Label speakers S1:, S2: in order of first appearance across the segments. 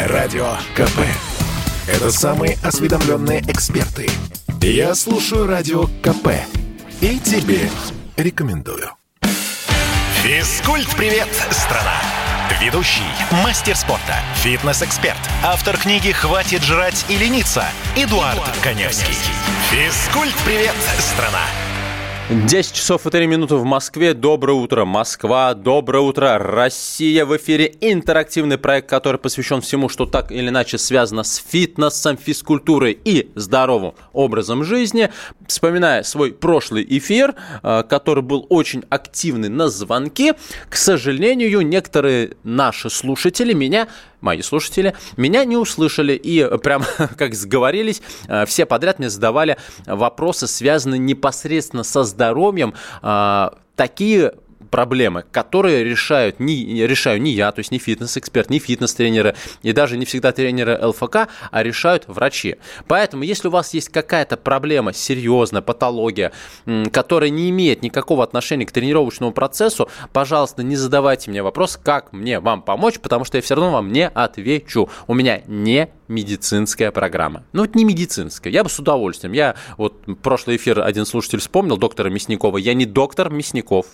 S1: Радио КП. Это самые осведомленные эксперты. Я слушаю Радио КП и тебе рекомендую.
S2: Физкульт-привет, страна! Ведущий, мастер спорта, фитнес-эксперт, автор книги «Хватит жрать и лениться» Эдуард Коневский. Физкульт-привет, страна!
S3: 10 часов и 3 минуты в Москве. Доброе утро, Москва. Доброе утро, Россия. В эфире интерактивный проект, который посвящен всему, что так или иначе связано с фитнесом, физкультурой и здоровым образом жизни. Вспоминая свой прошлый эфир, который был очень активный на звонки, к сожалению, некоторые наши слушатели мои слушатели меня не услышали и прям как сговорились, все подряд мне задавали вопросы, связанные непосредственно со здоровьем, такие проблемы, которые решаю не я, то есть не фитнес-эксперт, не фитнес-тренеры и даже не всегда тренеры ЛФК, а решают врачи. Поэтому, если у вас есть какая-то проблема, серьезная патология, которая не имеет никакого отношения к тренировочному процессу, пожалуйста, не задавайте мне вопрос, как мне вам помочь, потому что я все равно вам не отвечу. У меня не медицинская программа. Ну, это не медицинская. Я бы с удовольствием. Прошлый эфир один слушатель вспомнил, доктора Мясникова. Я не доктор Мясников.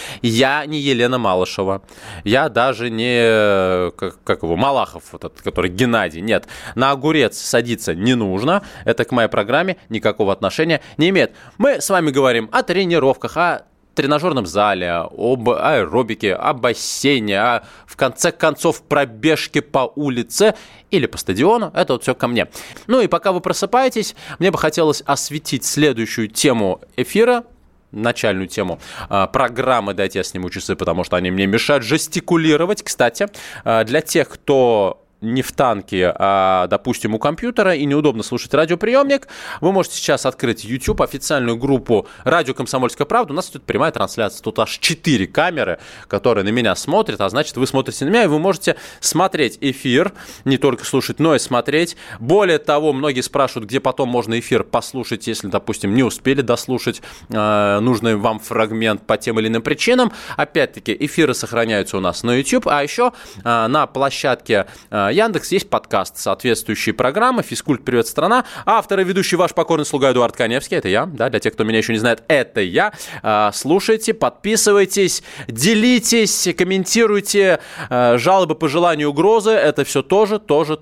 S3: Я не Елена Малышева. Я даже не, Малахов, который Геннадий. Нет, на огурец садиться не нужно. Это к моей программе никакого отношения не имеет. Мы с вами говорим о тренировках, о тренажерном зале, об аэробике, о бассейне, в конце концов, пробежке по улице или по стадиону. Это вот все ко мне. Ну и пока вы просыпаетесь, мне бы хотелось осветить следующую тему эфира, начальную тему программы. Дайте я сниму часы, потому что они мне мешают жестикулировать. Кстати, для тех, кто не в танке, а, допустим, у компьютера, и неудобно слушать радиоприемник, вы можете сейчас открыть YouTube, официальную группу «Радио Комсомольская правда». У нас тут прямая трансляция. Тут аж 4 камеры, которые на меня смотрят, а значит, вы смотрите на меня, и вы можете смотреть эфир, не только слушать, но и смотреть. Более того, многие спрашивают, где потом можно эфир послушать, если, допустим, не успели дослушать нужный вам фрагмент по тем или иным причинам. Опять-таки, эфиры сохраняются у нас на YouTube, а еще на площадке Яндекс есть подкаст, соответствующие программы «Физкульт-привет, страна». Автор и ведущий ваш покорный слуга Эдуард Коневский. Это я, да, для тех, кто меня еще не знает, это я. Слушайте, подписывайтесь, делитесь, комментируйте, жалобы, пожелания, угрозы. Это все тоже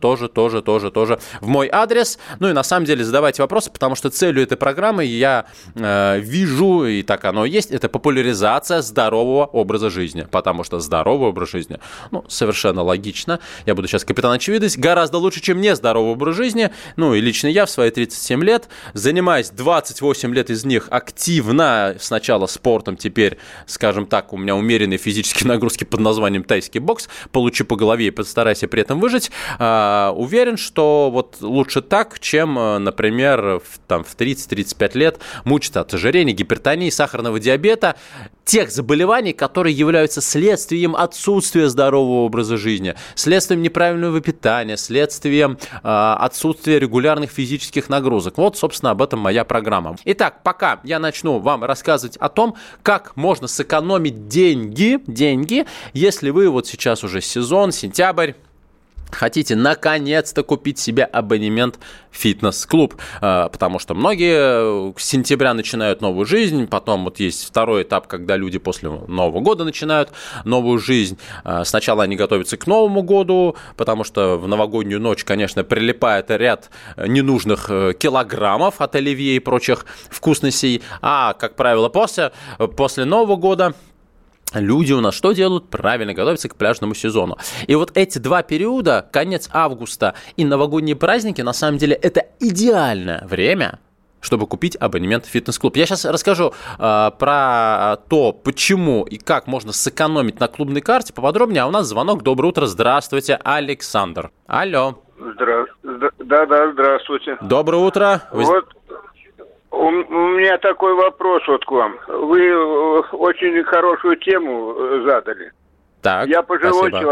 S3: в мой адрес. Ну и на самом деле задавайте вопросы, потому что целью этой программы я вижу, и так оно и есть, это популяризация здорового образа жизни. Потому что здоровый образ жизни, совершенно логично. Я буду сейчас капитан очевидность, гораздо лучше, чем нездоровый образ жизни. Ну и лично я в свои 37 лет, занимаюсь 28 лет из них активно, сначала спортом, теперь, скажем так, у меня умеренные физические нагрузки под названием тайский бокс, получи по голове и постарайся при этом выжить. Уверен, что вот лучше так, чем, например, в 30-35 лет мучиться от ожирения, гипертонии, сахарного диабета, тех заболеваний, которые являются следствием отсутствия здорового образа жизни, следствием неправильного питания, следствием отсутствия регулярных физических нагрузок. Вот, собственно, об этом моя программа. Итак, пока я начну вам рассказывать о том, как можно сэкономить деньги, если вы вот сейчас уже сезон, сентябрь, хотите наконец-то купить себе абонемент в фитнес-клуб, потому что многие с сентября начинают новую жизнь, потом вот есть второй этап, когда люди после Нового года начинают новую жизнь. Сначала они готовятся к Новому году, потому что в новогоднюю ночь, конечно, прилипает ряд ненужных килограммов от оливье и прочих вкусностей, а, как правило, после Нового года люди у нас что делают? Правильно, готовятся к пляжному сезону. И вот эти два периода, конец августа и новогодние праздники, на самом деле, это идеальное время, чтобы купить абонемент в фитнес-клуб. Я сейчас расскажу про то, почему и как можно сэкономить на клубной карте поподробнее. А у нас звонок. Доброе утро. Здравствуйте, Александр. Алло.
S4: Здравствуйте.
S3: Доброе утро.
S4: У меня такой вопрос вот к вам. Вы очень хорошую тему задали.
S3: Так,
S4: Я пожилой
S3: спасибо.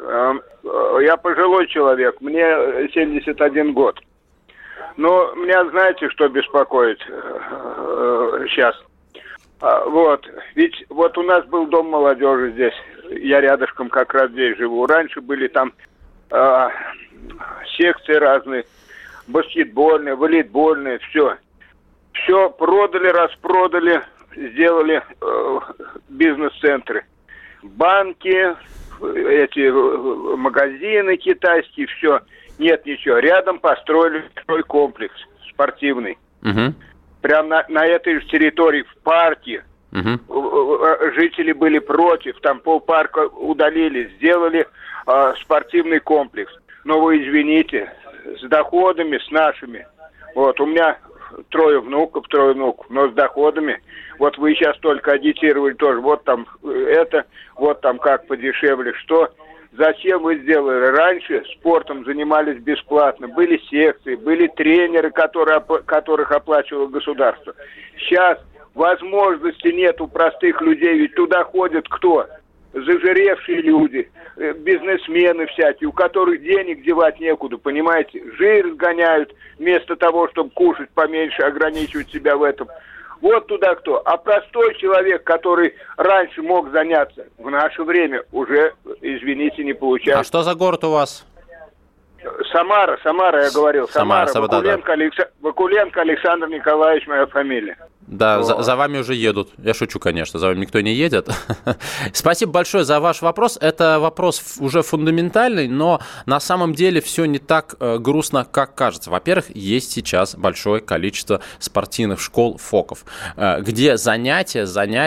S4: человек, мне 71 год. Но меня знаете, что беспокоит сейчас? Ведь вот у нас был дом молодежи здесь. Я рядышком как раз здесь живу. Раньше были там секции разные, баскетбольные, волейбольные, все. Все продали, распродали, сделали бизнес-центры. Банки, эти магазины китайские, все. Нет ничего. Рядом построили стройкомплекс спортивный. Угу. Прямо на этой же территории, в парке. Угу. Жители были против. Там полпарка удалили, сделали спортивный комплекс. Но вы извините, с доходами, с нашими. Вот, у меня 3 внуков, но с доходами. Вот вы сейчас только агитировали тоже. Вот там это, вот там как подешевле, что. Зачем вы сделали? Раньше спортом занимались бесплатно. Были секции, были тренеры, которых оплачивало государство. Сейчас возможности нет у простых людей. Ведь туда ходят кто? Зажиревшие люди, бизнесмены всякие, у которых денег девать некуда, понимаете? Жир сгоняют вместо того, чтобы кушать поменьше, ограничивать себя в этом. Вот туда кто. А простой человек, который раньше мог заняться, в наше время уже, извините, не получается.
S3: А что за город у вас?
S4: Самара, я говорил. Самара.
S3: Вакуленко
S4: Александр Николаевич, моя фамилия.
S3: Да, за вами уже едут. Я шучу, конечно, за вами никто не едет. Спасибо большое за ваш вопрос. Это вопрос уже фундаментальный, но на самом деле все не так грустно, как кажется. Во-первых, есть сейчас большое количество спортивных школ, ФОКов, где занятия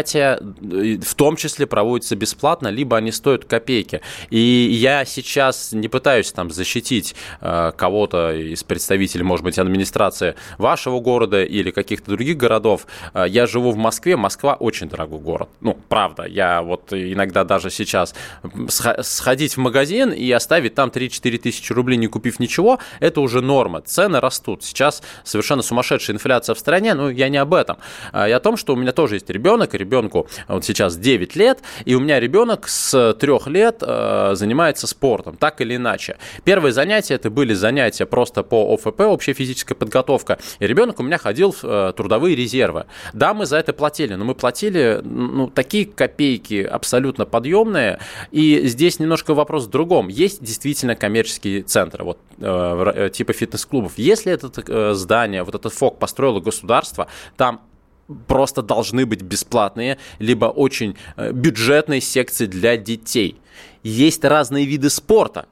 S3: в том числе проводятся бесплатно, либо они стоят копейки. И я сейчас не пытаюсь там защитить кого-то из представителей, может быть, администрации вашего города или каких-то других городов. Я живу в Москве. Москва очень дорогой город. Ну, правда. Я вот иногда даже сейчас сходить в магазин и оставить там 3-4 тысячи рублей, не купив ничего, это уже норма. Цены растут. Сейчас совершенно сумасшедшая инфляция в стране, но я не об этом. Я о том, что у меня тоже есть ребенок. Ребенку вот сейчас 9 лет, и у меня ребенок с 3 лет занимается спортом, так или иначе. Первые занятия, это были занятия просто по ОФП, общая физическая подготовка, и ребенок у меня ходил в трудовые резервы. Да, мы за это платили, но мы платили такие копейки абсолютно подъемные, и здесь немножко вопрос в другом. Есть действительно коммерческие центры, вот, типа фитнес-клубов. Если это здание, вот этот ФОК построило государство, там просто должны быть бесплатные, либо очень бюджетные секции для детей. Есть разные виды спорта,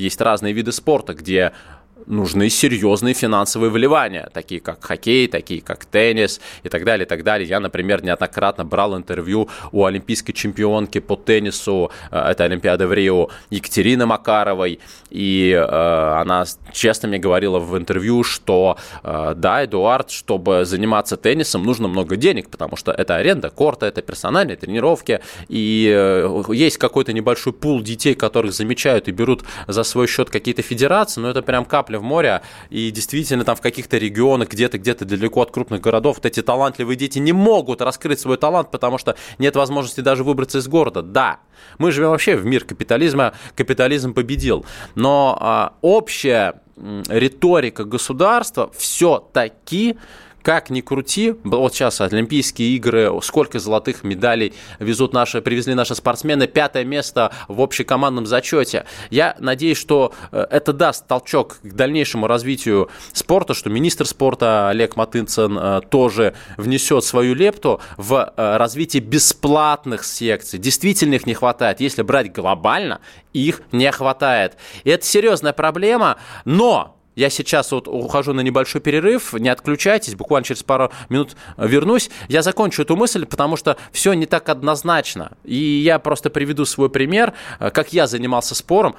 S3: где нужны серьезные финансовые вливания, такие как хоккей, такие как теннис и так далее, и так далее. Я, например, неоднократно брал интервью у олимпийской чемпионки по теннису, это Олимпиада в Рио, Екатерины Макаровой, и она честно мне говорила в интервью, что да, Эдуард, чтобы заниматься теннисом, нужно много денег, потому что это аренда корта, это персональные тренировки, и есть какой-то небольшой пул детей, которых замечают и берут за свой счет какие-то федерации, но это прям капля в море, и действительно там в каких-то регионах, где-то далеко от крупных городов, вот эти талантливые дети не могут раскрыть свой талант, потому что нет возможности даже выбраться из города. Да, мы живем вообще в мир капитализма, капитализм победил, но общая риторика государства все-таки, как ни крути, вот сейчас Олимпийские игры, сколько золотых медалей привезли наши спортсмены, 5 место в общекомандном зачете. Я надеюсь, что это даст толчок к дальнейшему развитию спорта, что министр спорта Олег Матыцын тоже внесет свою лепту в развитие бесплатных секций. Действительно их не хватает. Если брать глобально, их не хватает. И это серьезная проблема, но я сейчас вот ухожу на небольшой перерыв, не отключайтесь, буквально через пару минут вернусь. Я закончу эту мысль, потому что все не так однозначно. И я просто приведу свой пример, как я занимался спортом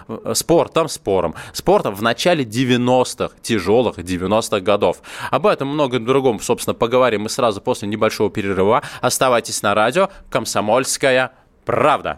S3: в начале 90-х, тяжелых 90-х годов. Об этом многом другом, собственно, поговорим мы сразу после небольшого перерыва. Оставайтесь на радио «Комсомольская правда».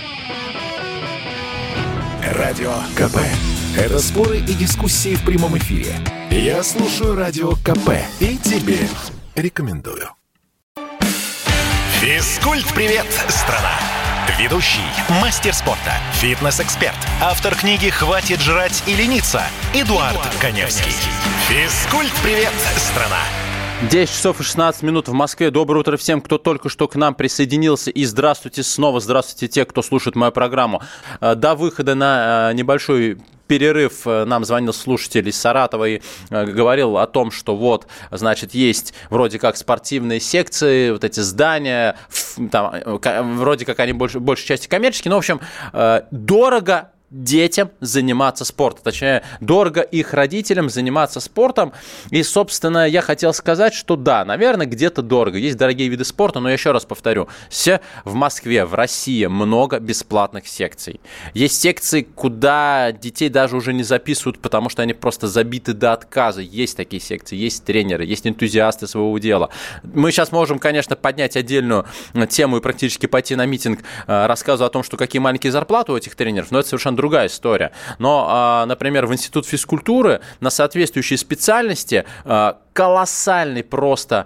S1: Радио КП. Это споры и дискуссии в прямом эфире. Я слушаю Радио КП и тебе рекомендую.
S2: Физкульт-привет, страна! Ведущий, мастер спорта, фитнес-эксперт, автор книги «Хватит жрать и лениться» Эдуард Коневский. Физкульт-привет, страна!
S3: 10 часов и 16 минут в Москве. Доброе утро всем, кто только что к нам присоединился. И здравствуйте снова. Здравствуйте те, кто слушает мою программу. До выхода на небольшой перерыв нам звонил слушатель из Саратова и говорил о том, что вот, значит, есть вроде как спортивные секции, вот эти здания, там, вроде как они большей части коммерческие, но, в общем, дорого детям заниматься спортом, точнее, дорого их родителям заниматься спортом. И, собственно, я хотел сказать, что да, наверное, где-то дорого. Есть дорогие виды спорта, но я еще раз повторю, в Москве, в России много бесплатных секций. Есть секции, куда детей даже уже не записывают, потому что они просто забиты до отказа. Есть такие секции, есть тренеры, есть энтузиасты своего дела. Мы сейчас можем, конечно, поднять отдельную тему и практически пойти на митинг, рассказывая о том, что какие маленькие зарплаты у этих тренеров, но это совершенно другая история. Но, например, в Институт физкультуры на соответствующей специальности колоссальный просто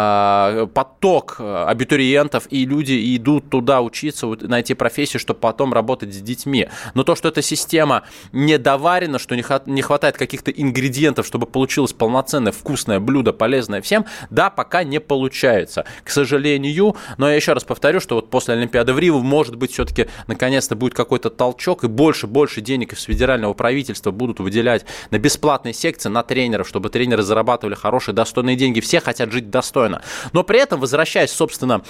S3: поток абитуриентов, и люди идут туда учиться, на эти профессии, чтобы потом работать с детьми. Но то, что эта система недоварена, что не хватает каких-то ингредиентов, чтобы получилось полноценное вкусное блюдо, полезное всем, да, пока не получается, к сожалению. Но я еще раз повторю, что вот после Олимпиады в Рио, может быть, все-таки наконец-то будет какой-то толчок, и больше денег из федерального правительства будут выделять на бесплатные секции, на тренеров, чтобы тренеры зарабатывали хорошие, достойные деньги. Все хотят жить достойно. Но при этом, возвращаясь, собственно,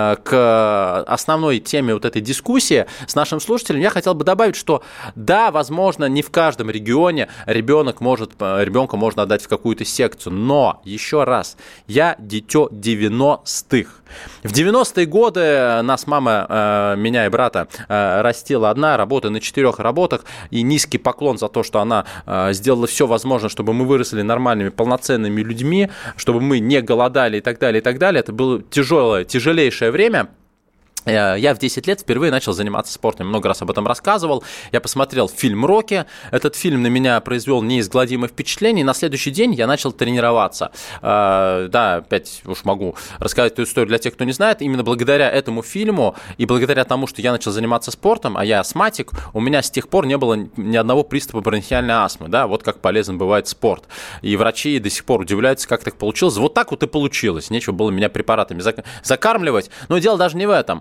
S3: к основной теме вот этой дискуссии с нашим слушателем, я хотел бы добавить, что да, возможно, не в каждом регионе ребенка можно отдать в какую-то секцию, но, еще раз, я дитё 90-х. В 90-е годы нас мама, меня и брата растила одна, работая на 4 работах, и низкий поклон за то, что она сделала все возможное, чтобы мы выросли нормальными, полноценными людьми, чтобы мы не голодали и так далее, и так далее. Это было тяжелейшее время. Я в 10 лет впервые начал заниматься спортом, много раз об этом рассказывал. Я посмотрел фильм «Рокки». Этот фильм на меня произвел неизгладимое впечатление, и на следующий день я начал тренироваться. Да, опять уж могу рассказать эту историю для тех, кто не знает. Именно благодаря этому фильму и благодаря тому, что я начал заниматься спортом, а я астматик, у меня с тех пор не было ни одного приступа бронхиальной астмы. Да, вот как полезен бывает спорт. И врачи до сих пор удивляются, как так получилось. Вот так вот и получилось. Нечего было меня препаратами закармливать. Но дело даже не в этом.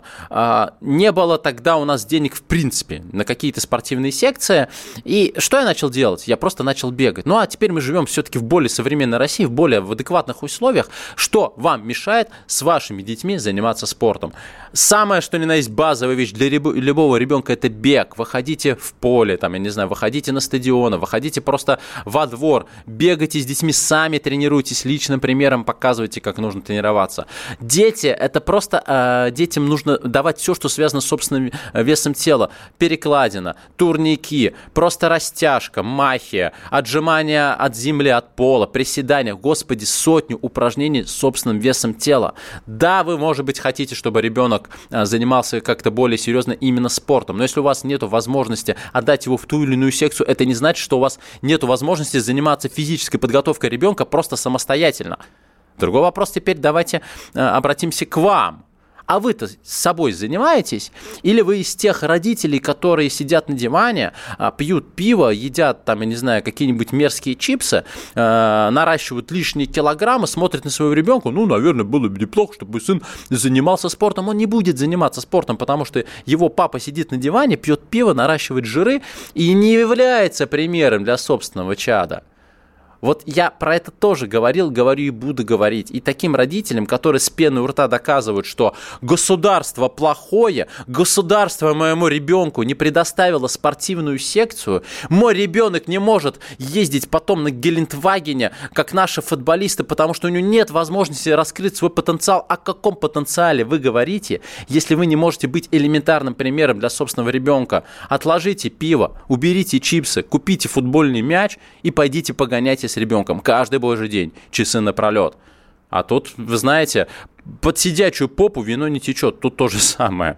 S3: Не было тогда у нас денег в принципе на какие-то спортивные секции. И что я начал делать? Я просто начал бегать. Ну а теперь мы живем все-таки в более современной России, в адекватных условиях. Что вам мешает с вашими детьми заниматься спортом? Самое, что ни на есть базовая вещь для любого ребенка, это бег. Выходите в поле, там, я не знаю, выходите на стадионы, выходите просто во двор, бегайте с детьми, сами тренируйтесь, личным примером показывайте, как нужно тренироваться. Дети, это просто детям нужно давать все, что связано с собственным весом тела. Перекладина, турники, просто растяжка, махи, отжимания от земли, от пола, приседания. Господи, сотню упражнений с собственным весом тела. Да, вы, может быть, хотите, чтобы ребенок занимался как-то более серьезно именно спортом, но если у вас нет возможности отдать его в ту или иную секцию, это не значит, что у вас нет возможности заниматься физической подготовкой ребенка просто самостоятельно. Другой вопрос теперь, давайте обратимся к вам. А вы-то с собой занимаетесь? Или вы из тех родителей, которые сидят на диване, пьют пиво, едят, там, я не знаю, какие-нибудь мерзкие чипсы, наращивают лишние килограммы, смотрят на своего ребенка, ну, наверное, было бы неплохо, чтобы сын занимался спортом. Он не будет заниматься спортом, потому что его папа сидит на диване, пьет пиво, наращивает жиры и не является примером для собственного чада. Вот я про это тоже говорил, говорю и буду говорить. И таким родителям, которые с пеной у рта доказывают, что государство плохое, государство моему ребенку не предоставило спортивную секцию, мой ребенок не может ездить потом на Гелендвагене, как наши футболисты, потому что у него нет возможности раскрыть свой потенциал. О каком потенциале вы говорите, если вы не можете быть элементарным примером для собственного ребенка? Отложите пиво, уберите чипсы, купите футбольный мяч и пойдите погоняйте с ребенком каждый божий день, часы напролет. А тут, вы знаете, под сидячую попу вино не течет. Тут то же самое.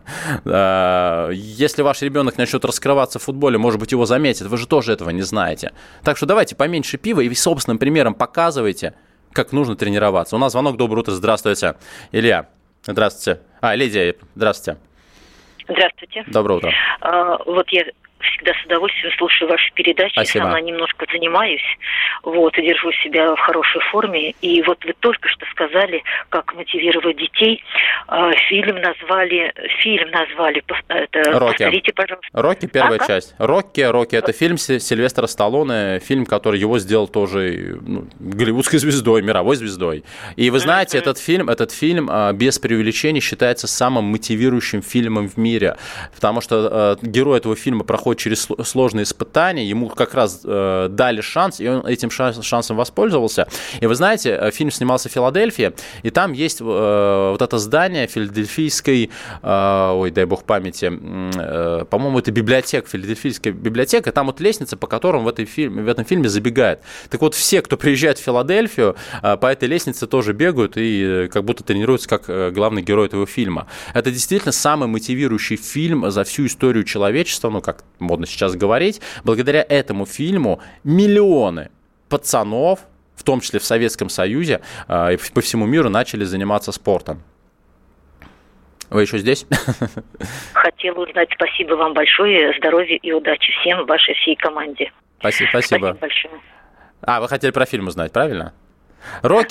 S3: Если ваш ребенок начнет раскрываться в футболе, может быть, его заметят. Вы же тоже этого не знаете. Так что давайте поменьше пива и собственным примером показывайте, как нужно тренироваться. У нас звонок. Доброе утро. Здравствуйте. Илья. Здравствуйте. Лидия. Здравствуйте.
S5: Здравствуйте.
S3: Доброе утро.
S5: Вот я всегда, с удовольствием слушаю ваши передачи.
S3: Спасибо.
S5: Сама немножко занимаюсь, и держу себя в хорошей форме. И вот вы только что сказали, как мотивировать детей. Фильм назвали, это,
S3: «Рокки».
S5: Повторите, пожалуйста.
S3: «Рокки», первая часть. «Рокки» — это фильм Сильвестра Сталлоне, фильм, который его сделал тоже голливудской звездой, мировой звездой. И вы знаете, этот фильм без преувеличений считается самым мотивирующим фильмом в мире, потому что герой этого фильма проходит через сложные испытания, ему как раз дали шанс, и он этим шансом воспользовался. И вы знаете, фильм снимался в Филадельфии, и там есть вот это здание филадельфийской, дай бог памяти, по-моему, это библиотека, филадельфийская библиотека, там вот лестница, по которым в этом фильме забегает. Так вот, все, кто приезжает в Филадельфию, по этой лестнице тоже бегают и как будто тренируются как главный герой этого фильма. Это действительно самый мотивирующий фильм за всю историю человечества, как модно сейчас говорить. Благодаря этому фильму миллионы пацанов, в том числе в Советском Союзе и по всему миру, начали заниматься спортом. Вы еще здесь?
S5: Хотела узнать, спасибо вам большое, здоровья и удачи всем, вашей всей команде.
S3: Спасибо
S5: большое.
S3: Вы хотели про фильм узнать, правильно? «Рокки»,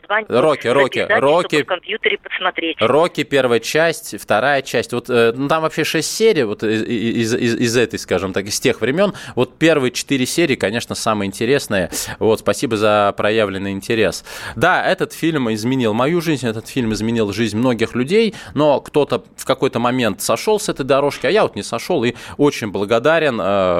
S5: в компьютере посмотреть.
S3: «Рокки», первая часть, вторая часть. Там вообще 6 серий из этой, скажем так, из тех времен. Первые 4 серии, конечно, самые интересные. Спасибо за проявленный интерес. Да, этот фильм изменил мою жизнь, этот фильм изменил жизнь многих людей, но кто-то в какой-то момент сошел с этой дорожки, а я не сошел, и очень благодарен.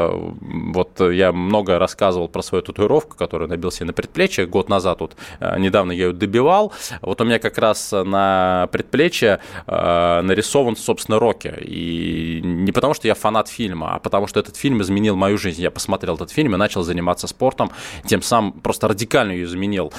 S3: Я много рассказывал про свою татуировку, которую набил себе на предплечье год назад. Недавно я ее добивал. У меня как раз на предплечье нарисован, собственно, «Рокки». И не потому, что я фанат фильма, а потому, что этот фильм изменил мою жизнь. Я посмотрел этот фильм и начал заниматься спортом, тем самым просто радикально ее изменил.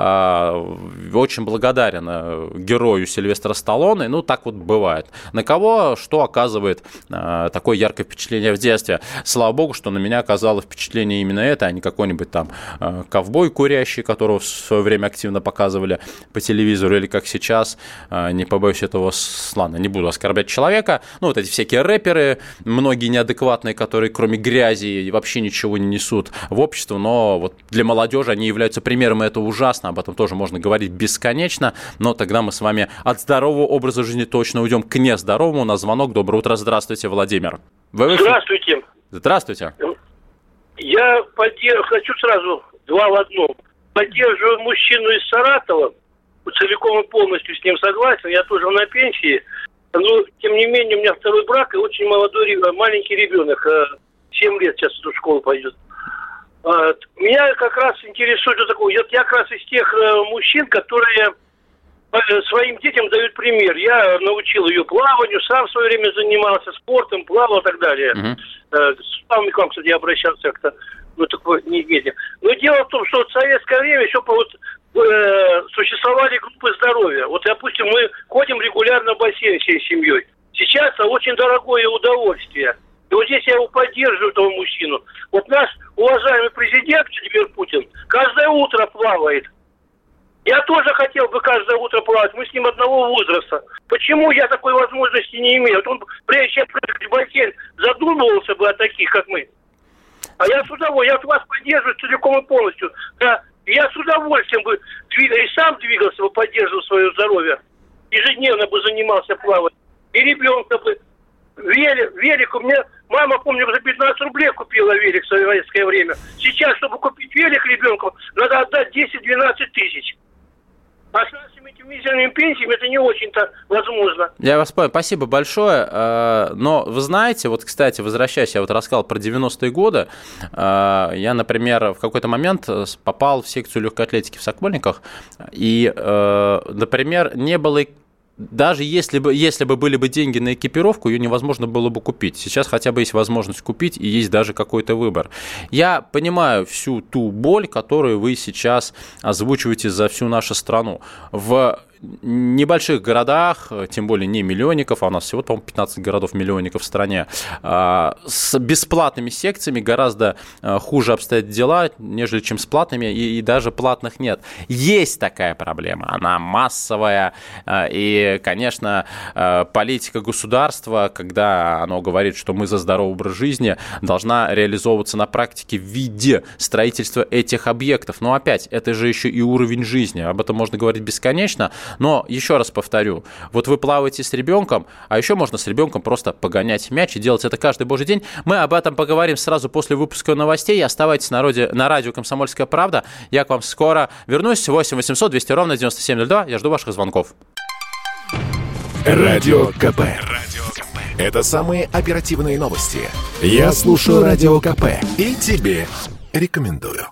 S3: Очень благодарен герою Сильвестра Сталлоне. Так бывает. На кого что оказывает такое яркое впечатление в детстве? Слава богу, что на меня оказало впечатление именно это, а не какой-нибудь там ковбой курящий, которого в свое время активно показывали по телевизору, или как сейчас, не побоюсь этого слана, не буду оскорблять человека, эти всякие рэперы, многие неадекватные, которые кроме грязи вообще ничего не несут в общество, но для молодежи они являются примером, и это ужасно, об этом тоже можно говорить бесконечно, но тогда мы с вами от здорового образа жизни точно уйдем к нездоровому. У нас звонок. Доброе утро. Здравствуйте, Владимир.
S6: Здравствуйте.
S3: Здравствуйте.
S6: Я хочу сразу 2 в 1. Поддерживаю мужчину из Саратова, целиком и полностью с ним согласен, я тоже на пенсии, но тем не менее у меня второй брак и очень маленький ребенок, 7 лет сейчас в школу пойдет. Меня как раз интересует я как раз из тех мужчин, которые своим детям дают пример. Я научил ее плаванию, сам в свое время занимался спортом, плавал и так далее. С вами к вам, кстати, я обращался как-то. Такое не видно. Но дело в том, что в советское время еще существовали группы здоровья. Допустим, мы ходим регулярно в бассейн всей семьей. Сейчас это очень дорогое удовольствие. И здесь я его поддерживаю, этого мужчину. Наш уважаемый президент Владимир Путин каждое утро плавает. Я тоже хотел бы каждое утро плавать. Мы с ним одного возраста. Почему я такой возможности не имею? Он, прежде чем прыгать в бассейн, задумывался бы о таких, как мы. А я с удовольствием, я вас поддерживаю целиком и полностью. Я с удовольствием бы и сам двигался бы, поддерживал свое здоровье. Ежедневно бы занимался плавать. И ребенка бы. Велик у меня, мама, помню, за 15 рублей купила велик в советское время. Сейчас, чтобы купить велик ребенку, надо отдать 10-12 тысяч. А с нашими этими мизерными пенсиями это не очень-то возможно.
S3: Я вас понял. Спасибо большое. Но вы знаете, кстати, возвращаясь, я рассказал про 90-е годы. Я, например, в какой-то момент попал в секцию легкой атлетики в Сокольниках. И, например, не было... Даже если бы были бы деньги на экипировку, ее невозможно было бы купить. Сейчас хотя бы есть возможность купить, и есть даже какой-то выбор. Я понимаю всю ту боль, которую вы сейчас озвучиваете за всю нашу страну. В небольших городах, тем более не миллионников, а у нас всего, по-моему, 15 городов-миллионников в стране, с бесплатными секциями гораздо хуже обстоят дела, нежели чем с платными, и даже платных нет. Есть такая проблема, она массовая, и, конечно, политика государства, когда оно говорит, что мы за здоровый образ жизни, должна реализовываться на практике в виде строительства этих объектов. Но опять, это же еще и уровень жизни, об этом можно говорить бесконечно, но еще раз повторю, вот вы плаваете с ребенком, а еще можно с ребенком просто погонять мяч и делать это каждый божий день. Мы об этом поговорим сразу после выпуска новостей. Оставайтесь на радио «Комсомольская правда». Я к вам скоро вернусь. 8 800 200 ровно 9702. Я жду ваших звонков.
S1: Радио КП. Это самые оперативные новости. Я слушаю Радио КП и тебе рекомендую.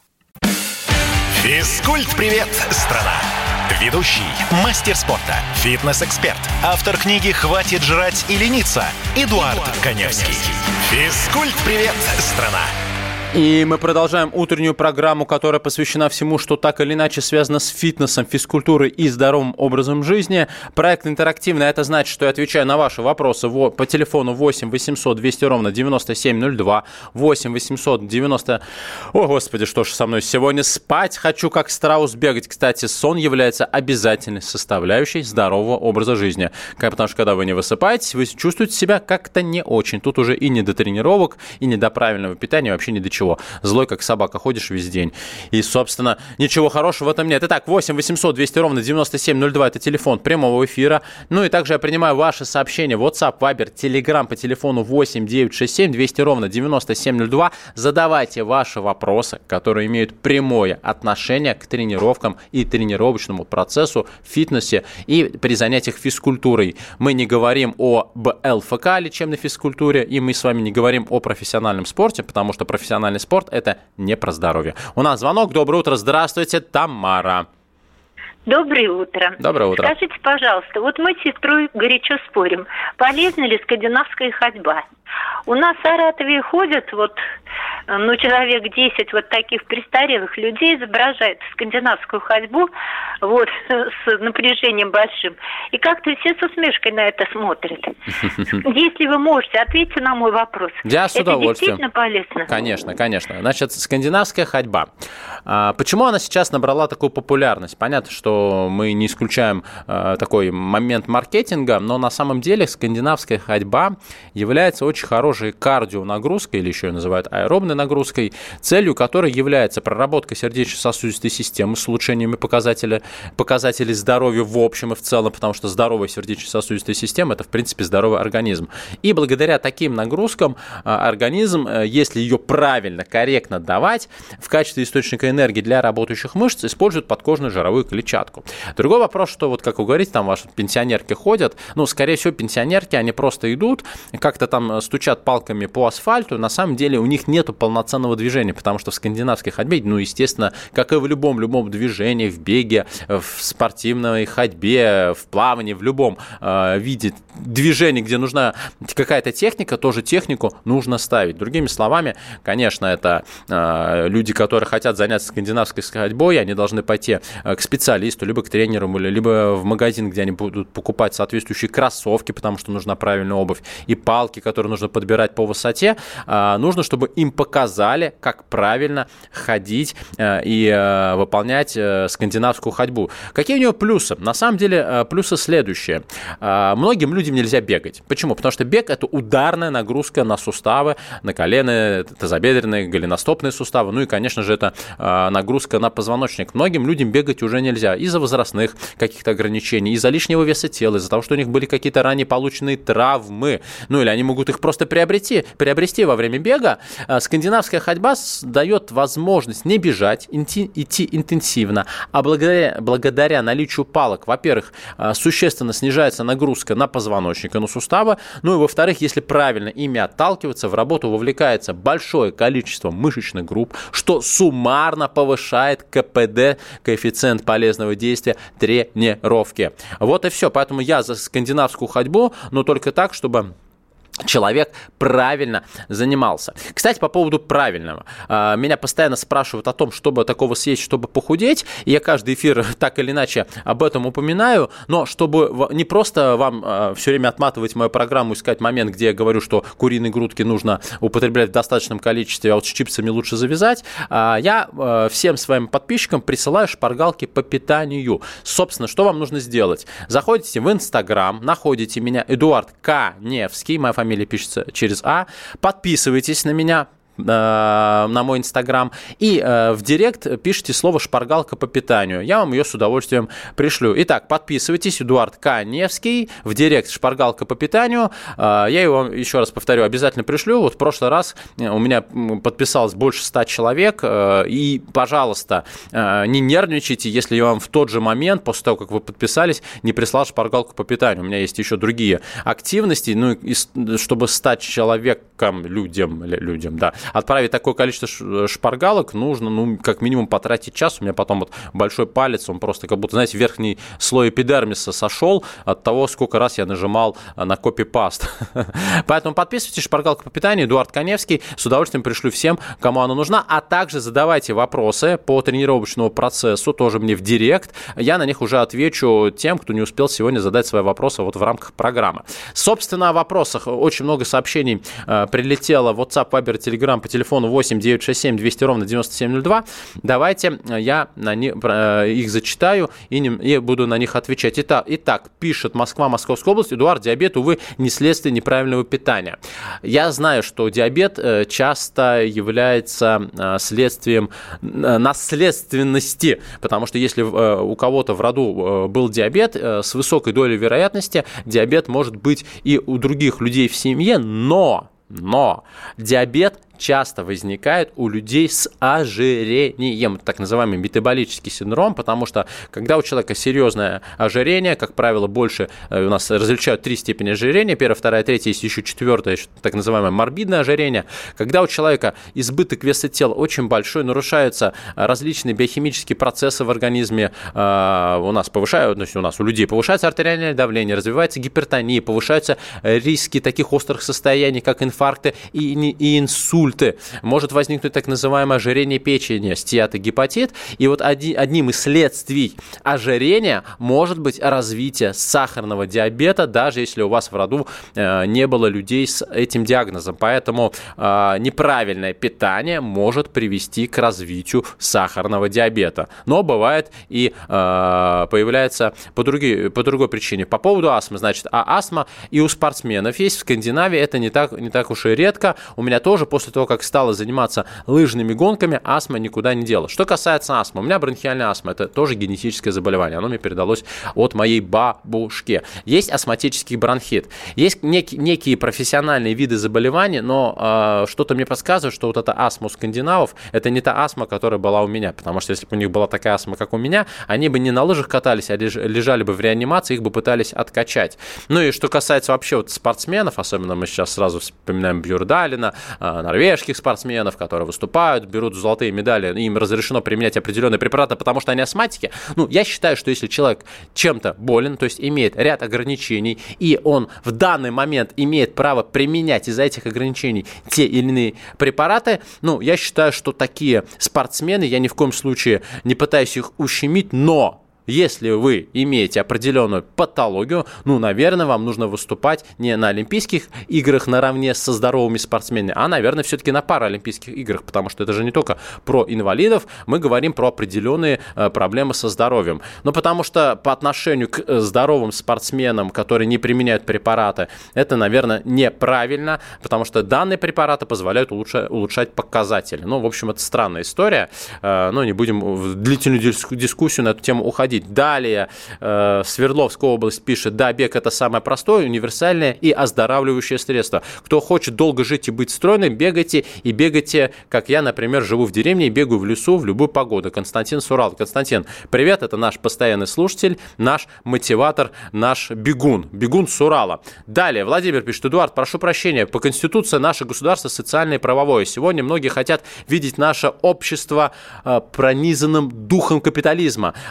S2: Физкульт-привет, страна! Ведущий, мастер спорта, фитнес-эксперт, автор книги «Хватит жрать и лениться» Эдуард Коневский. Физкульт-привет, страна!
S3: И мы продолжаем утреннюю программу, которая посвящена всему, что так или иначе связано с фитнесом, физкультурой и здоровым образом жизни. Проект интерактивный, это значит, что я отвечаю на ваши вопросы по телефону 8 800 200 ровно 9702, 8 800 90... О, Господи, что ж со мной сегодня? Спать хочу, как страус, бегать. Кстати, сон является обязательной составляющей здорового образа жизни. Потому что, когда вы не высыпаетесь, вы чувствуете себя как-то не очень. Тут уже и не до тренировок, и не до правильного питания, вообще не до чего. Злой, как собака, ходишь весь день. И, собственно, ничего хорошего в этом нет. Итак, 8 800 200 ровно 9702 – это телефон прямого эфира. Ну и также я принимаю ваши сообщения в WhatsApp, Viber, Telegram по телефону 8 967 200 ровно 9702. Задавайте ваши вопросы, которые имеют прямое отношение к тренировкам и тренировочному процессу в фитнесе и при занятиях физкультурой. Мы не говорим об ЛФК, лечебной физкультуре, и мы с вами не говорим о профессиональном спорте, потому что профессиональный спорт – это не про здоровье. У нас звонок. Доброе утро. Здравствуйте, Тамара.
S7: Доброе утро.
S3: Доброе утро.
S7: Скажите, пожалуйста, вот мы с сестрой горячо спорим, полезна ли скандинавская ходьба? У нас в Саратове ходят человек 10 вот таких престарелых людей, изображают скандинавскую ходьбу с напряжением большим. И как-то все с усмешкой на это смотрят. Если вы можете, ответьте на мой вопрос.
S3: Я с удовольствием.
S7: Это действительно полезно?
S3: Конечно, конечно. Значит, скандинавская ходьба. Почему она сейчас набрала такую популярность? Понятно, что мы не исключаем такой момент маркетинга, но на самом деле скандинавская ходьба является очень хорошей кардионагрузкой, или еще ее называют аэробной нагрузкой, целью которой является проработка сердечно-сосудистой системы с улучшениями показателей здоровья в общем и в целом, потому что здоровая сердечно-сосудистая система – это, в принципе, здоровый организм. И благодаря таким нагрузкам организм, если ее правильно, корректно давать, в качестве источника энергии для работающих мышц использует подкожную жировую клетчатку. Другой вопрос, что, как вы говорите, там ваши пенсионерки ходят, скорее всего, пенсионерки, они просто идут, как-то там стучат палками по асфальту, на самом деле у них нету полноценного движения, потому что в скандинавской ходьбе, естественно, как и в любом движении, в беге, в спортивной ходьбе, в плавании, в любом виде движения, где нужна какая-то техника, тоже технику нужно ставить. Другими словами, конечно, это люди, которые хотят заняться скандинавской ходьбой, они должны пойти к специалисту, либо к тренеру, либо в магазин, где они будут покупать соответствующие кроссовки, потому что нужна правильная обувь, и палки, которые нужно подбирать по высоте. Нужно, чтобы им показали, как правильно ходить и выполнять скандинавскую ходьбу. Какие у нее плюсы? На самом деле плюсы следующие. Многим людям нельзя бегать. Почему? Потому что бег – это ударная нагрузка на суставы, на колено, тазобедренные, голеностопные суставы, и, конечно же, это нагрузка на позвоночник. Многим людям бегать уже нельзя из-за возрастных каких-то ограничений, из-за лишнего веса тела, из-за того, что у них были какие-то ранее полученные травмы, или они могут их просто приобрести во время бега. Скандинавская ходьба дает возможность не бежать, идти интенсивно, а благодаря наличию палок, во-первых, существенно снижается нагрузка на позвоночник и на суставы, и, во-вторых, если правильно ими отталкиваться, в работу вовлекается большое количество мышечных групп, что суммарно повышает КПД, коэффициент полезного действия тренировки. Вот и все. Поэтому я за скандинавскую ходьбу, но только так, чтобы человек правильно занимался. Кстати, по поводу правильного. Меня постоянно спрашивают о том, чтобы такого съесть, чтобы похудеть. И я каждый эфир так или иначе об этом упоминаю. Но чтобы не просто вам все время отматывать мою программу, искать момент, где я говорю, что куриные грудки нужно употреблять в достаточном количестве, а вот с чипсами лучше завязать, я всем своим подписчикам присылаю шпаргалки по питанию. Собственно, что вам нужно сделать? Заходите в Инстаграм, находите меня, Эдуард Каневский, моя фамилия пишется через А. Подписывайтесь на меня, на мой Инстаграм, и в директ пишите слово «шпаргалка по питанию». Я вам ее с удовольствием пришлю. Итак, подписывайтесь, Эдуард Каневский, в директ «шпаргалка по питанию». Я его, еще раз повторю, обязательно пришлю. Вот в прошлый раз у меня подписалось больше 100 человек, и, пожалуйста, не нервничайте, если я вам в тот же момент, после того, как вы подписались, не прислал шпаргалку по питанию. У меня есть еще другие активности, ну, чтобы 100 человекам, людям, да, отправить такое количество шпаргалок, нужно, ну, как минимум потратить час. У меня потом вот большой палец, он просто как будто, знаете, верхний слой эпидермиса сошел от того, сколько раз я нажимал на копипаст. Поэтому подписывайтесь, шпаргалка по питанию, Эдуард Каневский. С удовольствием пришлю всем, кому она нужна. А также задавайте вопросы по тренировочному процессу, тоже мне в директ. Я на них уже отвечу тем, кто не успел сегодня задать свои вопросы вот в рамках программы. Собственно, о вопросах. Очень много сообщений прилетело в WhatsApp, Viber, Telegram по телефону 8 967 200 ровно 9702. Давайте я их зачитаю и буду на них отвечать. Итак, пишет Москва, Московская область. Эдуард, диабет, увы, не следствие неправильного питания. Я знаю, что диабет часто является следствием наследственности, потому что если у кого-то в роду был диабет, с высокой долей вероятности диабет может быть и у других людей в семье, но диабет часто возникает у людей с ожирением, так называемый метаболический синдром, потому что когда у человека серьезное ожирение, как правило, больше, у нас различают 3 степени ожирения, 1, 2, 3, есть еще 4, так называемое морбидное ожирение, когда у человека избыток веса тела очень большой, нарушаются различные биохимические процессы в организме, у людей повышается артериальное давление, развивается гипертония, повышаются риски таких острых состояний, как инфаркты и инсульты. Может возникнуть так называемое ожирение печени, стеатогепатит. И вот одним из следствий ожирения может быть развитие сахарного диабета, даже если у вас в роду не было людей с этим диагнозом. Поэтому неправильное питание может привести к развитию сахарного диабета. Но бывает и появляется по другой причине. По поводу астмы, значит, астма и у спортсменов есть. В Скандинавии это не так уж и редко. У меня тоже после того, как стала заниматься лыжными гонками, астма никуда не делась. Что касается астмы, у меня бронхиальная астма, это тоже генетическое заболевание, оно мне передалось от моей бабушки. Есть астматический бронхит, есть некие профессиональные виды заболеваний, но что-то мне подсказывает, что вот эта астма у скандинавов, это не та астма, которая была у меня, потому что если бы у них была такая астма, как у меня, они бы не на лыжах катались, а лежали бы в реанимации, их бы пытались откачать. Ну и что касается вообще вот спортсменов, особенно мы сейчас сразу вспоминаем Бьюрдалина, норвежских спортсменов, которые выступают, берут золотые медали, им разрешено применять определенные препараты, потому что они астматики. Ну, я считаю, что если человек чем-то болен, то есть имеет ряд ограничений, и он в данный момент имеет право применять из-за этих ограничений те или иные препараты, ну, я считаю, что такие спортсмены, я ни в коем случае не пытаюсь их ущемить, но если вы имеете определенную патологию, ну, наверное, вам нужно выступать не на Олимпийских играх наравне со здоровыми спортсменами, а, наверное, все-таки на паралимпийских играх, потому что это же не только про инвалидов, мы говорим про определенные проблемы со здоровьем. Но потому что по отношению к здоровым спортсменам, которые не применяют препараты, это, наверное, неправильно, потому что данные препараты позволяют улучшать показатели. Ну, в общем, это странная история, но не будем в длительную дискуссию на эту тему уходить. Далее Свердловская область пишет: да, бег – это самое простое, универсальное и оздоравливающее средство. Кто хочет долго жить и быть стройным, бегайте, и бегайте, как я, например, живу в деревне и бегаю в лесу в любую погоду. Константин Сурал. Константин, привет, это наш постоянный слушатель, наш мотиватор, наш бегун с Урала. Далее Владимир пишет: Эдуард, прошу прощения, по Конституции наше государство социальное и правовое. Сегодня многие хотят видеть наше общество пронизанным духом капитализма. Одному моему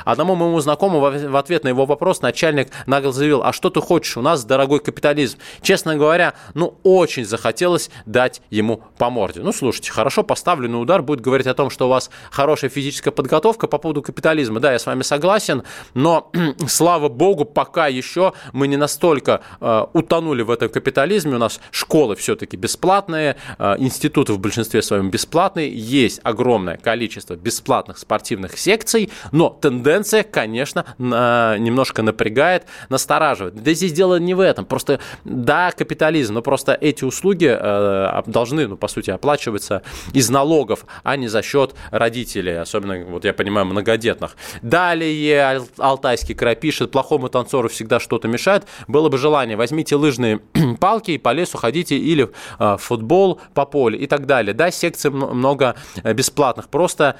S3: моему знакомому в ответ на его вопрос начальник нагло заявил: а что ты хочешь, у нас дорогой капитализм. Честно говоря, очень захотелось дать ему по морде. Слушайте, хорошо поставленный удар будет говорить о том, что у вас хорошая физическая подготовка. По поводу капитализма, да, я с вами согласен, но, слава богу, пока еще мы не настолько утонули в этом капитализме. У нас школы все-таки бесплатные, институты в большинстве своем бесплатные, есть огромное количество бесплатных спортивных секций, но тенденция, конечно, немножко напрягает, настораживает. Да здесь дело не в этом, просто, да, капитализм, но просто эти услуги должны, по сути, оплачиваться из налогов, а не за счет родителей, особенно, я понимаю, многодетных. Далее Алтайский край пишет: плохому танцору всегда что-то мешает. Было бы желание, возьмите лыжные палки и по лесу ходите, или футбол по полю и так далее. Да, секций много бесплатных, просто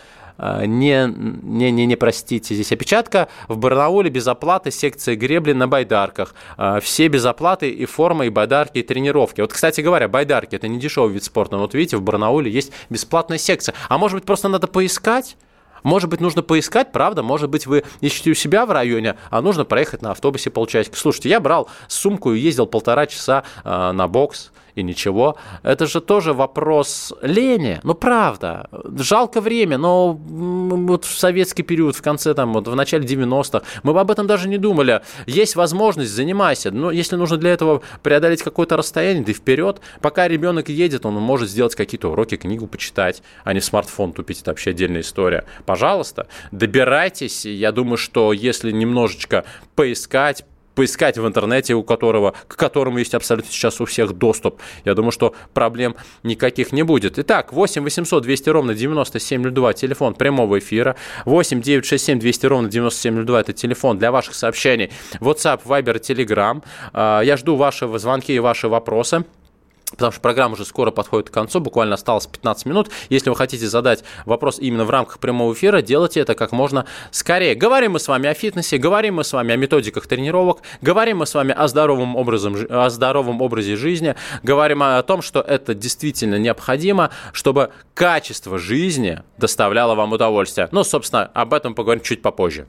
S3: не простите, здесь опечатка. В Барнауле без оплаты секция гребли на байдарках. Все без оплаты, и форма, и байдарки, и тренировки. Кстати говоря, байдарки – это не дешевый вид спорта, но видите, в Барнауле есть бесплатная секция. А может быть, просто надо поискать? Может быть, нужно поискать, правда? Может быть, вы ищете у себя в районе, а нужно проехать на автобусе полчасика. Слушайте, я брал сумку и ездил 1,5 часа на бокс, и ничего. Это же тоже вопрос лени. Правда. Жалко время, но в советский период, в конце, в начале 90-х, мы бы об этом даже не думали. Есть возможность, занимайся. Но если нужно для этого преодолеть какое-то расстояние, да и вперед. Пока ребенок едет, он может сделать какие-то уроки, книгу почитать, а не смартфон тупить. Это вообще отдельная история. Пожалуйста, добирайтесь. Я думаю, что если немножечко поискать в интернете, к которому есть абсолютно сейчас у всех доступ, я думаю, что проблем никаких не будет. Итак, 8 800 200 ровно 9702, телефон прямого эфира. 8 967 200 ровно 9702, это телефон для ваших сообщений. WhatsApp, Viber, Telegram. Я жду ваши звонки и ваши вопросы, потому что программа уже скоро подходит к концу, буквально осталось 15 минут. Если вы хотите задать вопрос именно в рамках прямого эфира, делайте это как можно скорее. Говорим мы с вами о фитнесе, говорим мы с вами о методиках тренировок, говорим мы с вами о здоровом образе жизни, говорим о том, что это действительно необходимо, чтобы качество жизни доставляло вам удовольствие. Собственно, об этом поговорим чуть попозже.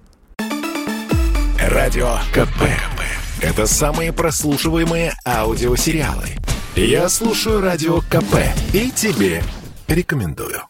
S1: Радио КП. Это самые прослушиваемые аудиосериалы. Я слушаю Радио КП и тебе рекомендую.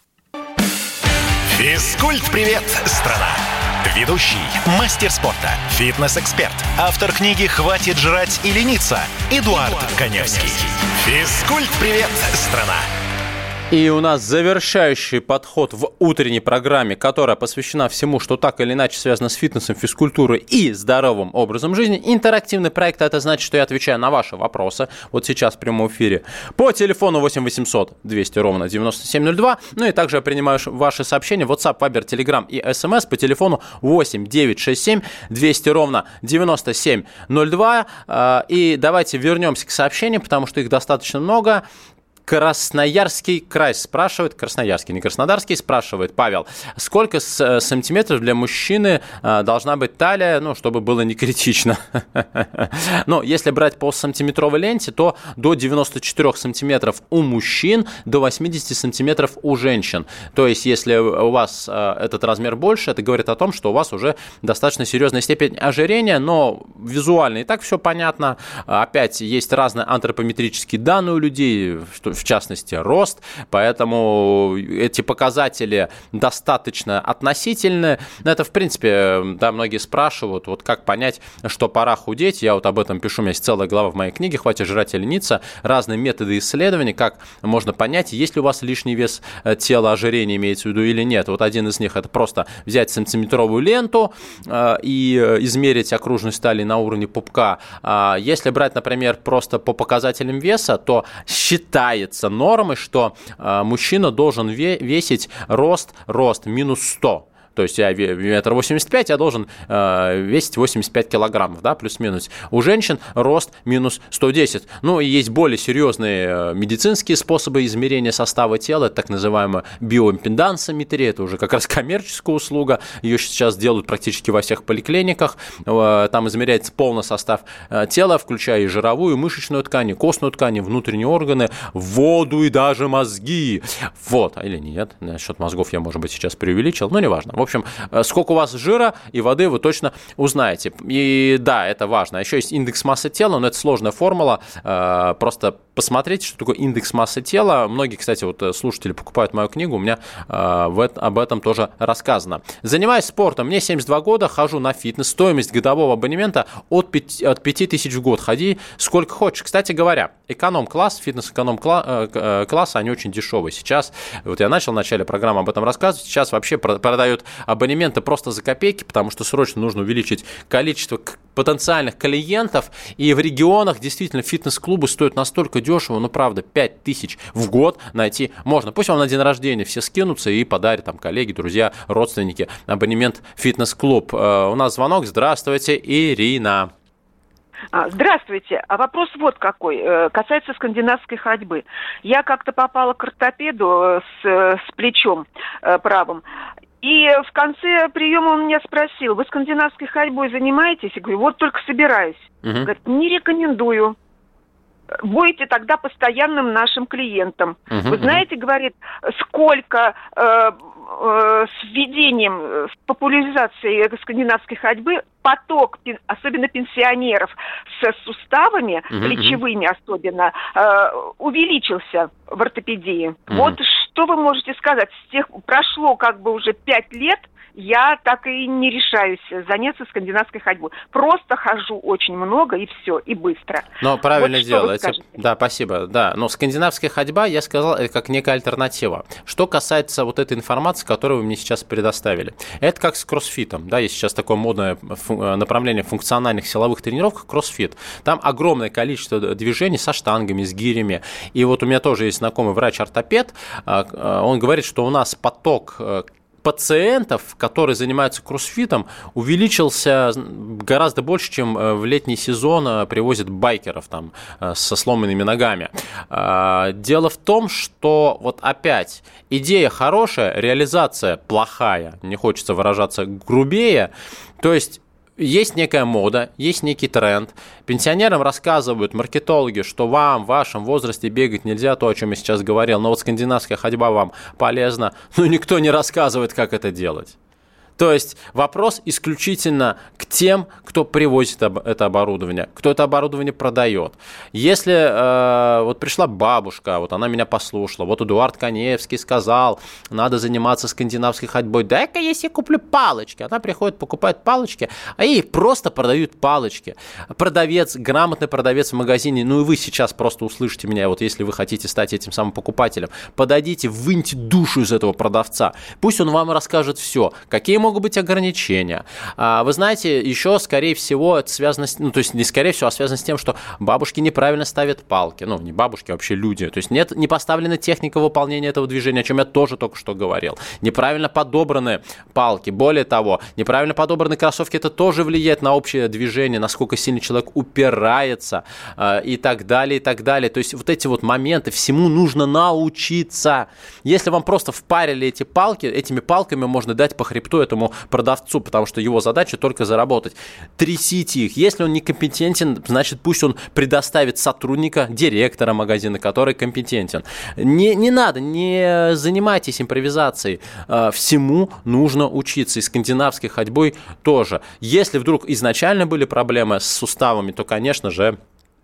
S2: Физкульт-привет, страна! Ведущий, мастер спорта, фитнес-эксперт, автор книги «Хватит жрать и лениться» Эдуард Коневский. Физкульт-привет, страна!
S3: И у нас завершающий подход в утренней программе, которая посвящена всему, что так или иначе связано с фитнесом, физкультурой и здоровым образом жизни. Интерактивный проект, это значит, что я отвечаю на ваши вопросы. Сейчас в прямом эфире по телефону 8 800 200 ровно 9702. И также я принимаю ваши сообщения в WhatsApp, Viber, Telegram и SMS по телефону 8 967 200 ровно 9702. И давайте вернемся к сообщениям, потому что их достаточно много. Красноярский край спрашивает, Красноярский, не Краснодарский, спрашивает Павел, сколько сантиметров для мужчины должна быть талия, чтобы было не критично. Если брать по сантиметровой ленте, то до 94 сантиметров у мужчин, до 80 сантиметров у женщин. То есть, если у вас этот размер больше, это говорит о том, что у вас уже достаточно серьезная степень ожирения, но визуально и так все понятно. Опять есть разные антропометрические данные у людей, в частности, рост, поэтому эти показатели достаточно относительны. Это, в принципе, да, многие спрашивают, как понять, что пора худеть. Я об этом пишу, у меня есть целая глава в моей книге «Хватит жрать и лениться». Разные методы исследований, как можно понять, есть ли у вас лишний вес тела, ожирение имеется в виду или нет. Один из них – это просто взять сантиметровую ленту и измерить окружность талии на уровне пупка. Если брать, например, просто по показателям веса, то считается нормой, что мужчина должен весить рост минус 100. То есть я 1,85 м, я должен весить 85 килограммов, да, плюс-минус. У женщин рост минус 110. И есть более серьезные медицинские способы измерения состава тела, это так называемая биоимпедансометрия, это уже как раз коммерческая услуга, ее сейчас делают практически во всех поликлиниках. Там измеряется полный состав тела, включая и жировую, и мышечную ткань, и костную ткань, внутренние органы, воду и даже мозги. Или нет, насчет мозгов я, может быть, сейчас преувеличил, но неважно. В общем, сколько у вас жира и воды, вы точно узнаете. И да, это важно. Еще есть индекс массы тела, но это сложная формула. Просто посмотрите, что такое индекс массы тела. Многие, кстати, вот слушатели покупают мою книгу, у меня об этом тоже рассказано. Занимаюсь спортом, мне 72 года, хожу на фитнес. Стоимость годового абонемента от 5000 в год. Ходи сколько хочешь. Кстати говоря, эконом-класс, фитнес-эконом-класс, они очень дешевые. Сейчас, вот я начал в начале программы об этом рассказывать, сейчас вообще продают абонементы просто за копейки, потому что срочно нужно увеличить количество потенциальных клиентов, и в регионах действительно фитнес-клубы стоят настолько дешево, ну правда, 5000 в год найти можно. Пусть вам на день рождения все скинутся и подарят там коллеги, друзья, родственники абонемент фитнес-клуб. У нас звонок. Здравствуйте, Ирина.
S8: Здравствуйте. А вопрос вот какой. Касается скандинавской ходьбы. Я как-то попала к ортопеду с плечом правым. И в конце приема он меня спросил: вы скандинавской ходьбой занимаетесь? Я говорю, вот только собираюсь. Говорит, не рекомендую. Будете тогда постоянным нашим клиентом. Вы знаете, говорит, сколько с введением, с популяризацией скандинавской ходьбы поток, особенно пенсионеров с суставами, плечевыми особенно, увеличился в ортопедии. Вот что вы можете сказать? Прошло как бы уже 5 лет, я так и не решаюсь заняться скандинавской ходьбой. Просто хожу очень много и все, и быстро.
S3: Но правильно вот делаете. Да, спасибо. Да, но скандинавская ходьба, я сказал, это как некая альтернатива. Что касается вот этой информации, которую вы мне сейчас предоставили. Это как с кроссфитом. Да, есть сейчас такое модное направление функциональных силовых тренировок, кроссфит. Там огромное количество движений со штангами, с гирями. И вот у меня тоже есть знакомый врач-ортопед. Он говорит, что у нас поток пациентов, которые занимаются кроссфитом, увеличился гораздо больше, чем в летний сезон привозят байкеров там со сломанными ногами. Дело в том, что вот опять идея хорошая, реализация плохая, не хочется выражаться грубее, то есть есть некая мода, есть некий тренд. Пенсионерам рассказывают маркетологи, что вам в вашем возрасте бегать нельзя, то, о чем я сейчас говорил, но вот скандинавская ходьба вам полезна. Но никто не рассказывает, как это делать. То есть вопрос исключительно к тем, кто привозит это оборудование, кто это оборудование продает. Если вот пришла бабушка, вот она меня послушала, вот Эдуард Каневский сказал, надо заниматься скандинавской ходьбой, дай-ка я себе куплю палочки. Она приходит, покупает палочки, а ей просто продают палочки. Продавец, грамотный продавец в магазине, ну и вы сейчас просто услышите меня, вот если вы хотите стать этим самым покупателем, подойдите, выньте душу из этого продавца, пусть он вам расскажет все, какие могут быть ограничения. Вы знаете, еще, скорее всего, это связано с... Ну, то есть, не скорее всего, а связано с тем, что бабушки неправильно ставят палки. Ну, не бабушки, а вообще люди. То есть, не поставлена техника выполнения этого движения, о чем я тоже только что говорил. Неправильно подобраны палки. Более того, неправильно подобраны кроссовки. Это тоже влияет на общее движение, насколько сильно человек упирается и так далее, и так далее. То есть, вот эти вот моменты, всему нужно научиться. Если вам просто впарили эти палки, этими палками можно дать по хребту этому продавцу, потому что его задача только заработать. Трясите их. Если он некомпетентен, значит, пусть он предоставит сотрудника, директора магазина, который компетентен. Не надо, не занимайтесь импровизацией. Всему нужно учиться. И скандинавской ходьбой тоже. Если вдруг изначально были проблемы с суставами, то, конечно же,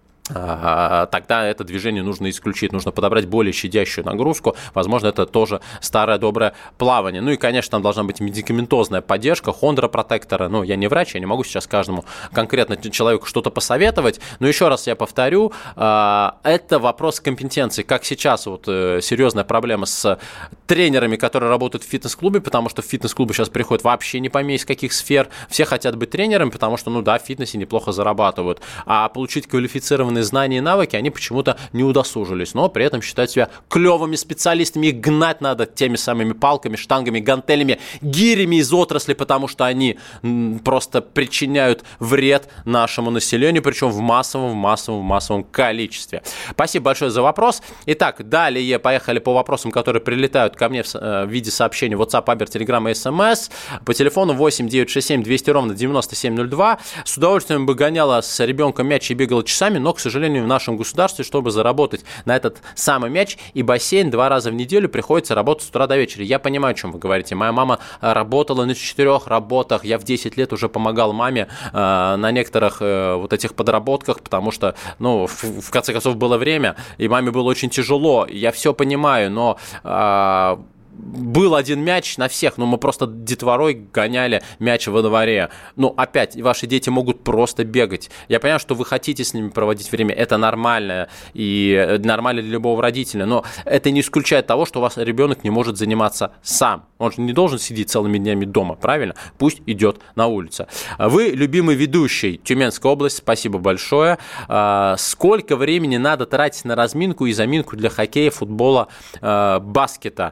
S3: тогда это движение нужно исключить, нужно подобрать более щадящую нагрузку, возможно, это тоже старое доброе плавание. Ну и, конечно, там должна быть медикаментозная поддержка, хондропротекторы. Ну, я не врач, я не могу сейчас каждому конкретно человеку что-то посоветовать, но еще раз я повторю, это вопрос компетенции. Как сейчас вот серьезная проблема с тренерами, которые работают в фитнес-клубе, потому что в фитнес-клубы сейчас приходят вообще не пойми из каких сфер, все хотят быть тренерами, потому что, ну да, в фитнесе неплохо зарабатывают, а получить квалифицированные знания и навыки они почему-то не удосужились, но при этом считают себя клевыми специалистами, их гнать надо теми самыми палками, штангами, гантелями, гирями из отрасли, потому что они просто причиняют вред нашему населению, причем в массовом количестве. Спасибо большое за вопрос. Итак, далее поехали по вопросам, которые прилетают ко мне в виде сообщений WhatsApp, Viber, Telegram и SMS по телефону 8 967 200 ровно 9702. С удовольствием бы гоняла с ребенком мяч и бегала часами, но, к сожалению, в нашем государстве, чтобы заработать на этот самый мяч и бассейн 2 раза в неделю приходится работать с утра до вечера. Я понимаю, о чем вы говорите. Моя мама работала на 4 работах. Я в 10 лет уже помогал маме на некоторых вот этих подработках, потому что, в конце концов, было время, и маме было очень тяжело. Я все понимаю, но... Был один мяч на всех, мы просто детворой гоняли мяч во дворе. Опять, ваши дети могут просто бегать. Я понимаю, что вы хотите с ними проводить время, это нормально, и нормально для любого родителя, но это не исключает того, что у вас ребенок не может заниматься сам. Он же не должен сидеть целыми днями дома, правильно? Пусть идет на улицу. Вы любимый ведущий Тюменской области, спасибо большое. Сколько времени надо тратить на разминку и заминку для хоккея, футбола, баскета?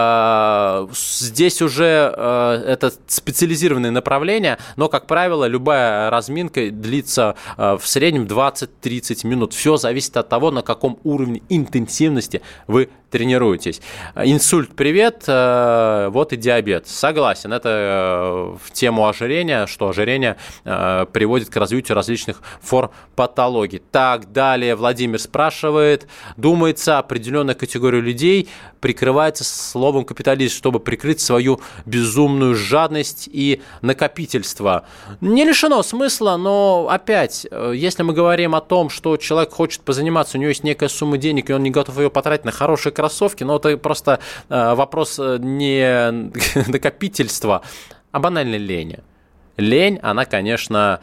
S3: Здесь уже это специализированные направления, но, как правило, любая разминка длится в среднем 20-30 минут. Все зависит от того, на каком уровне интенсивности вы тренируетесь. Инсульт, привет, вот и диабет. Согласен, это в тему ожирения, что ожирение приводит к развитию различных форм патологий. Так, далее Владимир спрашивает, думается, определенная категория людей прикрывается словом капитализм, чтобы прикрыть свою безумную жадность и накопительство. Не лишено смысла, но опять, если мы говорим о том, что человек хочет позаниматься, у него есть некая сумма денег, и он не готов ее потратить на хорошие кроссовки, но это просто вопрос не накопительства, а банальной лени. Лень, она, конечно...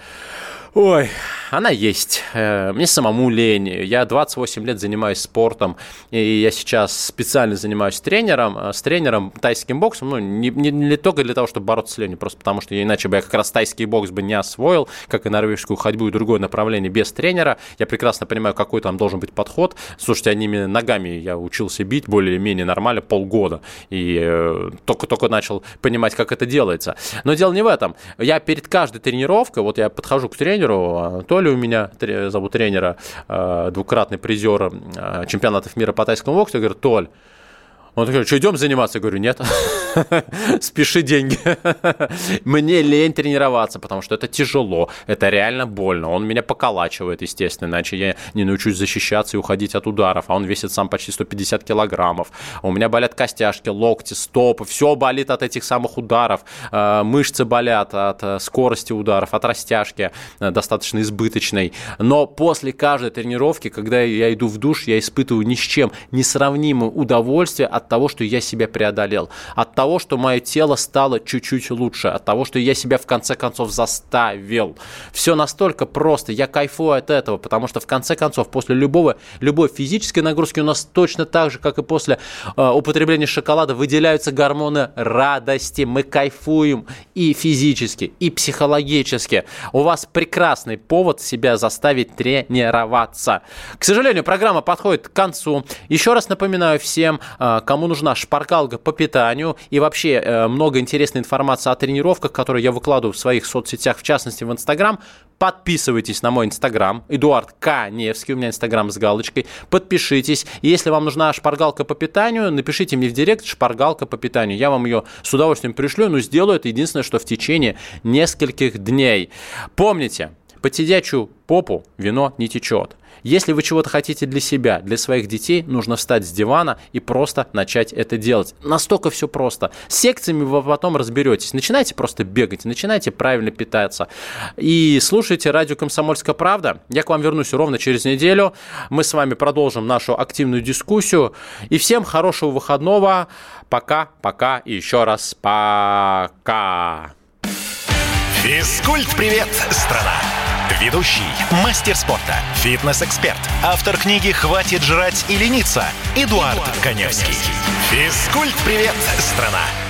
S3: она есть. Мне самому лень. Я 28 лет занимаюсь спортом, и я сейчас специально занимаюсь с тренером тайским боксом. Не только для того, чтобы бороться с ленью, просто потому что иначе бы я как раз тайский бокс бы не освоил, как и норвежскую ходьбу и другое направление без тренера. Я прекрасно понимаю, какой там должен быть подход. Слушайте, одними ногами я учился бить более-менее нормально полгода, и только начал понимать, как это делается. Но дело не в этом. Я перед каждой тренировкой, я подхожу к тренеру, Толя у меня зовут тренера, двукратный призер чемпионатов мира по тайскому боксу. Я говорю, Толь, он такой, что, идем заниматься? Я говорю, нет, спеши деньги. Мне лень тренироваться, потому что это тяжело, это реально больно. Он меня поколачивает, естественно, иначе я не научусь защищаться и уходить от ударов. А он весит сам почти 150 килограммов. У меня болят костяшки, локти, стопы, все болит от этих самых ударов. Мышцы болят от скорости ударов, от растяжки достаточно избыточной. Но после каждой тренировки, когда я иду в душ, я испытываю ни с чем несравнимое удовольствие от того, что я себя преодолел, от того, что мое тело стало чуть-чуть лучше, от того, что я себя в конце концов заставил. Все настолько просто, я кайфую от этого, потому что в конце концов после любой физической нагрузки у нас точно так же, как и после употребления шоколада, выделяются гормоны радости. Мы кайфуем и физически, и психологически. У вас прекрасный повод себя заставить тренироваться. К сожалению, программа подходит к концу. Еще раз напоминаю всем, кому нужна шпаргалка по питанию и вообще много интересной информации о тренировках, которые я выкладываю в своих соцсетях, в частности в Инстаграм, подписывайтесь на мой Инстаграм, Эдуард К. Невский, у меня Инстаграм с галочкой, подпишитесь. И если вам нужна шпаргалка по питанию, напишите мне в директ шпаргалка по питанию. Я вам ее с удовольствием пришлю, но сделаю это единственное, что в течение нескольких дней. Помните, под сидячую попу вино не течет. Если вы чего-то хотите для себя, для своих детей, нужно встать с дивана и просто начать это делать. Настолько все просто. С секциями вы потом разберетесь. Начинайте просто бегать, начинайте правильно питаться. И слушайте радио «Комсомольская правда». Я к вам вернусь ровно через неделю. Мы с вами продолжим нашу активную дискуссию. И всем хорошего выходного. Пока-пока и еще раз пока.
S2: Физкульт-привет, страна! Ведущий, мастер спорта, фитнес-эксперт, автор книги «Хватит жрать и лениться» Эдуард Коневский. Физкульт-привет, страна!